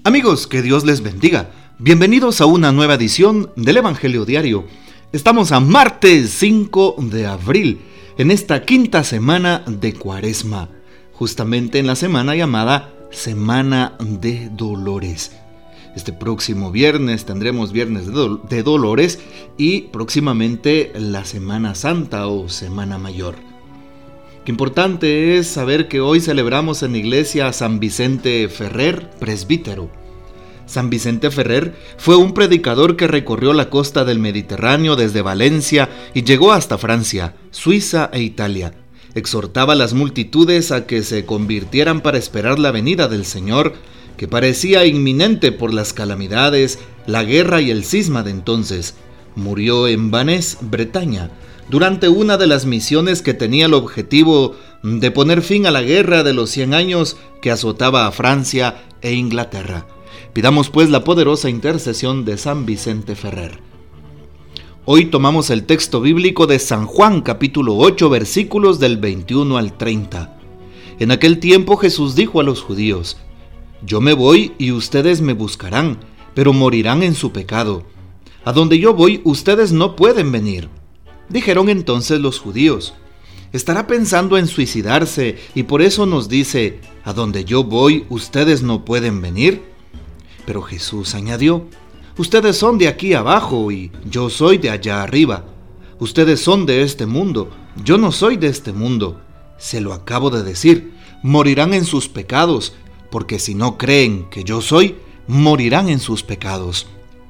Amigos, que Dios les bendiga. Bienvenidos a una nueva edición del Evangelio Diario. Estamos a martes 5 de abril, en esta quinta semana de Cuaresma, justamente en la semana llamada Semana de Dolores. Este próximo viernes tendremos Viernes de Dolores y próximamente la Semana Santa o Semana Mayor. Qué importante es saber que hoy celebramos en la iglesia a San Vicente Ferrer, presbítero. San Vicente Ferrer fue un predicador que recorrió la costa del Mediterráneo desde Valencia y llegó hasta Francia, Suiza e Italia. Exhortaba a las multitudes a que se convirtieran para esperar la venida del Señor, que parecía inminente por las calamidades, la guerra y el cisma de entonces. Murió en Vannes, Bretaña, durante una de las misiones que tenía el objetivo de poner fin a la guerra de los 100 años que azotaba a Francia e Inglaterra. Pidamos pues la poderosa intercesión de San Vicente Ferrer. Hoy tomamos el texto bíblico de San Juan capítulo 8 versículos del 21 al 30. En aquel tiempo Jesús dijo a los judíos: Yo me voy y ustedes me buscarán, pero morirán en su pecado. A donde yo voy ustedes no pueden venir. Dijeron entonces los judíos: ¿Estará pensando en suicidarse y por eso nos dice: a donde yo voy ustedes no pueden venir? Pero Jesús añadió: Ustedes son de aquí abajo y yo soy de allá arriba. Ustedes son de este mundo, yo no soy de este mundo. Se lo acabo de decir, morirán en sus pecados, porque si no creen que yo soy, morirán en sus pecados.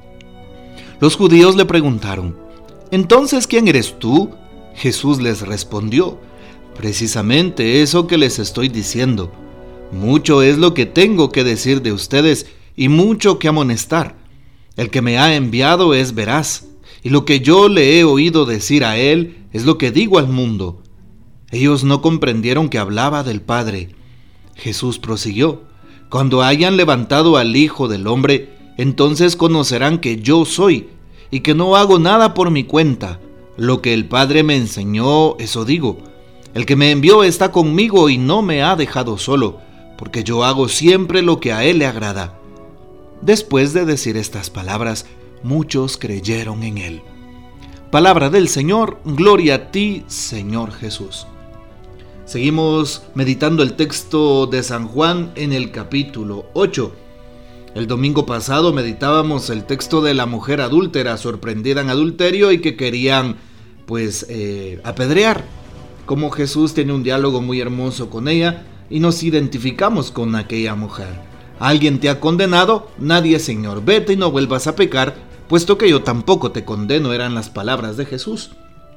Los judíos le preguntaron: ¿Entonces quién eres tú? Jesús les respondió: Precisamente eso que les estoy diciendo. Mucho es lo que tengo que decir de ustedes y mucho que amonestar. El que me ha enviado es veraz, y lo que yo le he oído decir a él es lo que digo al mundo. Ellos no comprendieron que hablaba del Padre. Jesús prosiguió: Cuando hayan levantado al Hijo del Hombre, entonces conocerán que yo soy, y que no hago nada por mi cuenta. Lo que el Padre me enseñó, eso digo. El que me envió está conmigo y no me ha dejado solo, porque yo hago siempre lo que a él le agrada. Después de decir estas palabras, muchos creyeron en él. Palabra del Señor, gloria a ti, Señor Jesús. Seguimos meditando el texto de San Juan en el capítulo 8. El domingo pasado meditábamos el texto de la mujer adúltera sorprendida en adulterio y que querían apedrear. Como Jesús tiene un diálogo muy hermoso con ella y nos identificamos con aquella mujer. ¿Alguien te ha condenado? Nadie, Señor. Vete y no vuelvas a pecar, puesto que yo tampoco te condeno, eran las palabras de Jesús.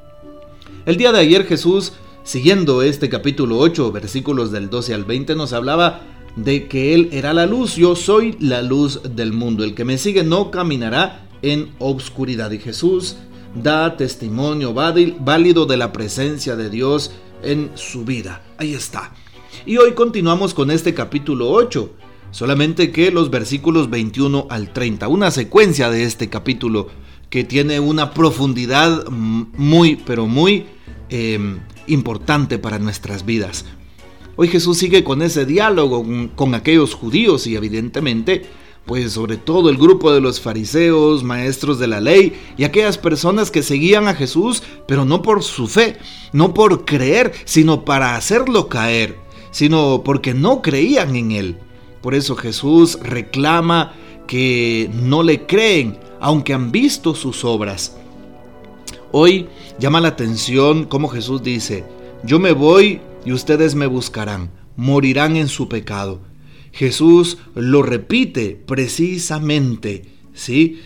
El día de ayer Jesús, siguiendo este capítulo 8, versículos del 12 al 20, nos hablaba de que Él era la luz. Yo soy la luz del mundo. El que me sigue no caminará en obscuridad. Y Jesús da testimonio válido de la presencia de Dios en su vida. Ahí está. Y hoy continuamos con este capítulo 8. Solamente que los versículos 21 al 30. Una secuencia de este capítulo que tiene una profundidad muy, pero muy importante para nuestras vidas. Hoy Jesús sigue con ese diálogo con aquellos judíos y evidentemente, pues sobre todo el grupo de los fariseos, maestros de la ley y aquellas personas que seguían a Jesús, pero no por su fe, no por creer, sino para hacerlo caer, sino porque no creían en él. Por eso Jesús reclama que no le creen, aunque han visto sus obras. Hoy llama la atención cómo Jesús dice: Yo me voy y ustedes me buscarán, morirán en su pecado. Jesús lo repite precisamente, ¿sí?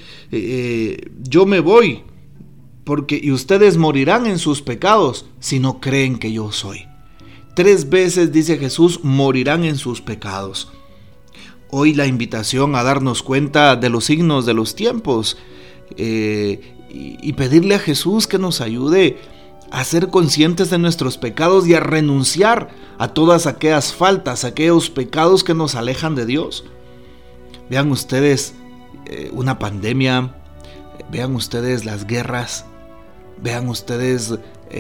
Yo me voy y ustedes morirán en sus pecados si no creen que yo soy. 3 veces dice Jesús: morirán en sus pecados. Hoy la invitación a darnos cuenta de los signos de los tiempos y pedirle a Jesús que nos ayude a ser conscientes de nuestros pecados y a renunciar a todas aquellas faltas, aquellos pecados que nos alejan de Dios. Vean ustedes una pandemia, vean ustedes las guerras, vean ustedes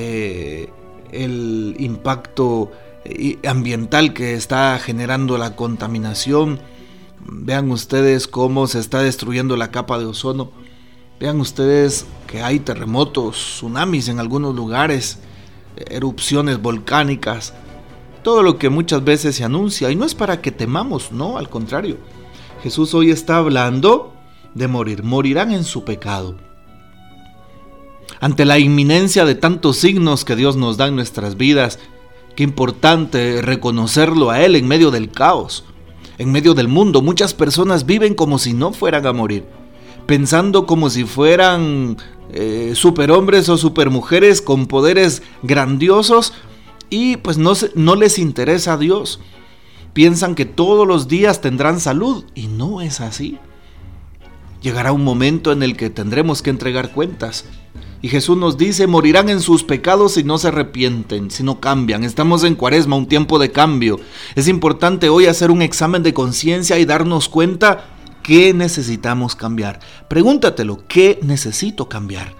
el impacto ambiental que está generando la contaminación. Vean ustedes cómo se está destruyendo la capa de ozono. Vean ustedes que hay terremotos, tsunamis en algunos lugares, erupciones volcánicas, todo lo que muchas veces se anuncia. Y no es para que temamos, no, al contrario. Jesús hoy está hablando de morir. Morirán en su pecado. Ante la inminencia de tantos signos que Dios nos da en nuestras vidas, qué importante reconocerlo a Él en medio del caos, en medio del mundo. Muchas personas viven como si no fueran a morir, pensando como si fueran superhombres o supermujeres con poderes grandiosos, y pues no les interesa a Dios. Piensan que todos los días tendrán salud, y no es así. Llegará un momento en el que tendremos que entregar cuentas. Y Jesús nos dice, morirán en sus pecados si no se arrepienten, si no cambian. Estamos en Cuaresma, un tiempo de cambio. Es importante hoy hacer un examen de conciencia y darnos cuenta qué necesitamos cambiar. Pregúntatelo, ¿qué necesito cambiar?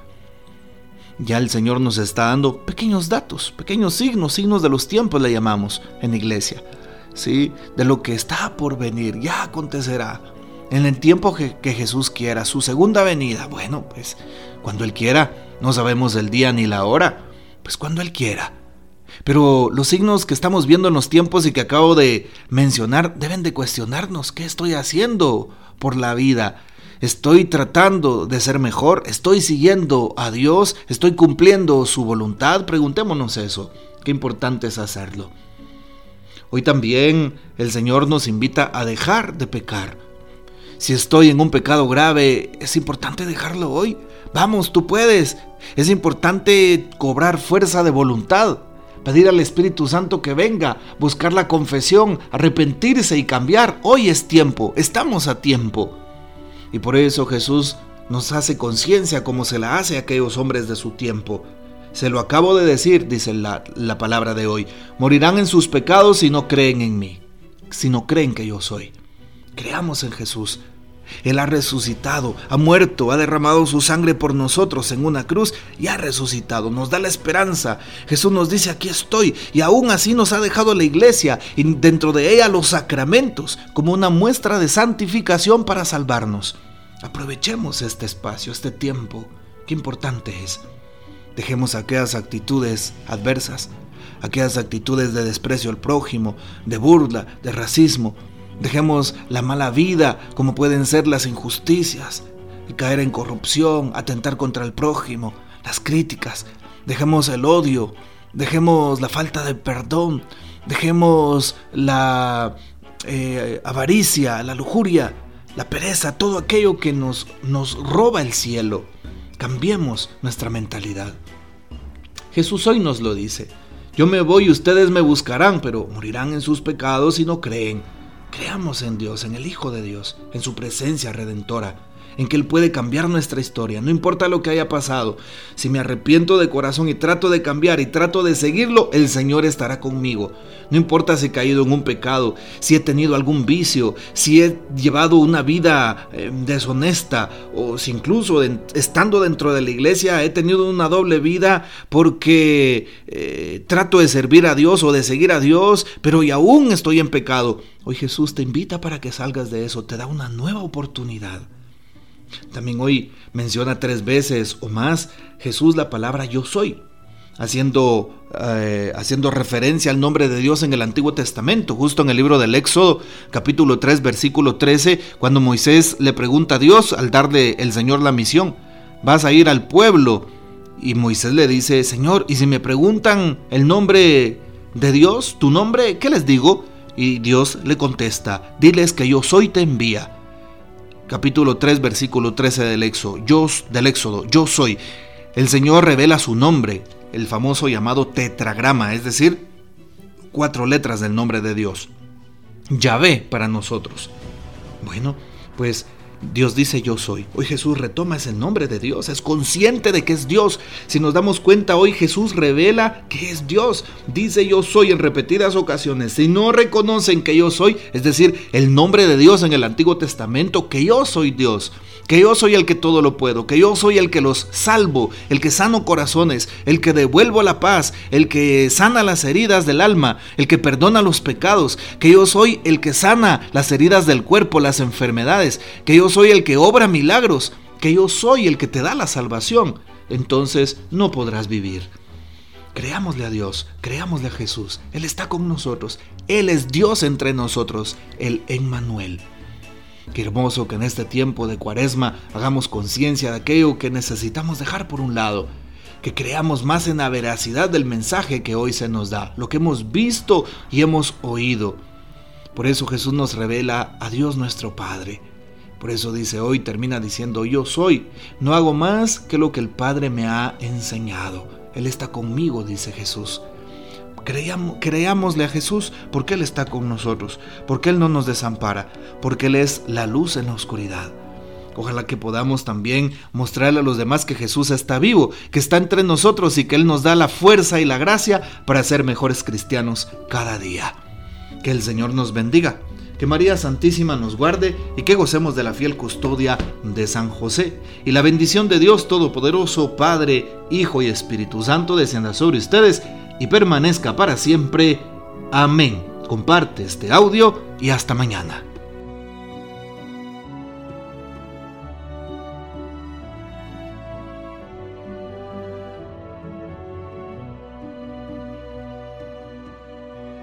Ya el Señor nos está dando pequeños datos, pequeños signos de los tiempos le llamamos en la iglesia, ¿sí? De lo que está por venir, ya acontecerá. En el tiempo que Jesús quiera, su segunda venida, bueno, pues cuando Él quiera, no sabemos el día ni la hora, pues cuando Él quiera. Pero los signos que estamos viendo en los tiempos y que acabo de mencionar deben de cuestionarnos, ¿qué estoy haciendo por la vida? ¿Estoy tratando de ser mejor? ¿Estoy siguiendo a Dios? ¿Estoy cumpliendo su voluntad? Preguntémonos eso, qué importante es hacerlo. Hoy también el Señor nos invita a dejar de pecar. Si estoy en un pecado grave, es importante dejarlo hoy. Vamos, tú puedes. Es importante cobrar fuerza de voluntad, pedir al Espíritu Santo que venga, buscar la confesión, arrepentirse y cambiar. Hoy es tiempo, estamos a tiempo. Y por eso Jesús nos hace conciencia como se la hace a aquellos hombres de su tiempo. Se lo acabo de decir, dice la palabra de hoy. Morirán en sus pecados si no creen en mí, si no creen que yo soy. Creamos en Jesús. Él ha resucitado, ha muerto, ha derramado su sangre por nosotros en una cruz y ha resucitado. Nos da la esperanza. Jesús nos dice, aquí estoy. Y aún así nos ha dejado la iglesia y dentro de ella los sacramentos como una muestra de santificación para salvarnos. Aprovechemos este espacio, este tiempo. Qué importante es. Dejemos aquellas actitudes adversas, aquellas actitudes de desprecio al prójimo, de burla, de racismo. Dejemos la mala vida, como pueden ser las injusticias, caer en corrupción, atentar contra el prójimo, las críticas. Dejemos el odio, dejemos la falta de perdón, dejemos la avaricia, la lujuria, la pereza, todo aquello que nos roba el cielo. Cambiemos nuestra mentalidad. Jesús hoy nos lo dice. Yo me voy y ustedes me buscarán, pero morirán en sus pecados si no creen. Creamos en Dios, en el Hijo de Dios, en su presencia redentora, en que Él puede cambiar nuestra historia, no importa lo que haya pasado. Si me arrepiento de corazón y trato de cambiar y trato de seguirlo, el Señor estará conmigo. No importa si he caído en un pecado, si he tenido algún vicio, si he llevado una vida deshonesta, o si incluso estando dentro de la iglesia he tenido una doble vida porque trato de servir a Dios o de seguir a Dios, pero y aún estoy en pecado. Hoy Jesús te invita para que salgas de eso, te da una nueva oportunidad. También hoy menciona 3 veces o más Jesús la palabra yo soy, haciendo referencia al nombre de Dios en el Antiguo Testamento, justo en el libro del Éxodo, capítulo 3, versículo 13, cuando Moisés le pregunta a Dios al darle el Señor la misión, vas a ir al pueblo, y Moisés le dice, Señor, y si me preguntan el nombre de Dios, tu nombre, ¿qué les digo? Y Dios le contesta, diles que yo soy te envía. Capítulo 3, versículo 13 del Éxodo, yo soy. El Señor revela su nombre, el famoso llamado tetragrama, es decir, 4 letras del nombre de Dios. Yahvé para nosotros. Bueno, pues Dios dice yo soy. Hoy Jesús retoma ese nombre de Dios, es consciente de que es Dios. Si nos damos cuenta, hoy Jesús revela que es Dios. Dice yo soy en repetidas ocasiones. Si no reconocen que yo soy, es decir, el nombre de Dios en el Antiguo Testamento, que yo soy Dios, que yo soy el que todo lo puedo, que yo soy el que los salvo, el que sano corazones, el que devuelvo la paz, el que sana las heridas del alma, el que perdona los pecados, que yo soy el que sana las heridas del cuerpo, las enfermedades, que yo soy el que obra milagros, que yo soy el que te da la salvación, entonces no podrás vivir. Creámosle a Dios, creámosle a Jesús. Él está con nosotros, Él es Dios entre nosotros, el Emmanuel. Qué hermoso que en este tiempo de Cuaresma hagamos conciencia de aquello que necesitamos dejar por un lado, que creamos más en la veracidad del mensaje que hoy se nos da, lo que hemos visto y hemos oído. Por eso Jesús nos revela a Dios nuestro Padre. Por eso dice hoy, termina diciendo: yo soy, no hago más que lo que el Padre me ha enseñado. Él está conmigo, dice Jesús. Creámosle a Jesús porque Él está con nosotros, porque Él no nos desampara, porque Él es la luz en la oscuridad. Ojalá que podamos también mostrarle a los demás que Jesús está vivo, que está entre nosotros y que Él nos da la fuerza y la gracia para ser mejores cristianos cada día. Que el Señor nos bendiga, que María Santísima nos guarde y que gocemos de la fiel custodia de San José. Y la bendición de Dios Todopoderoso, Padre, Hijo y Espíritu Santo descienda sobre ustedes y permanezca para siempre. Amén. Comparte este audio y hasta mañana.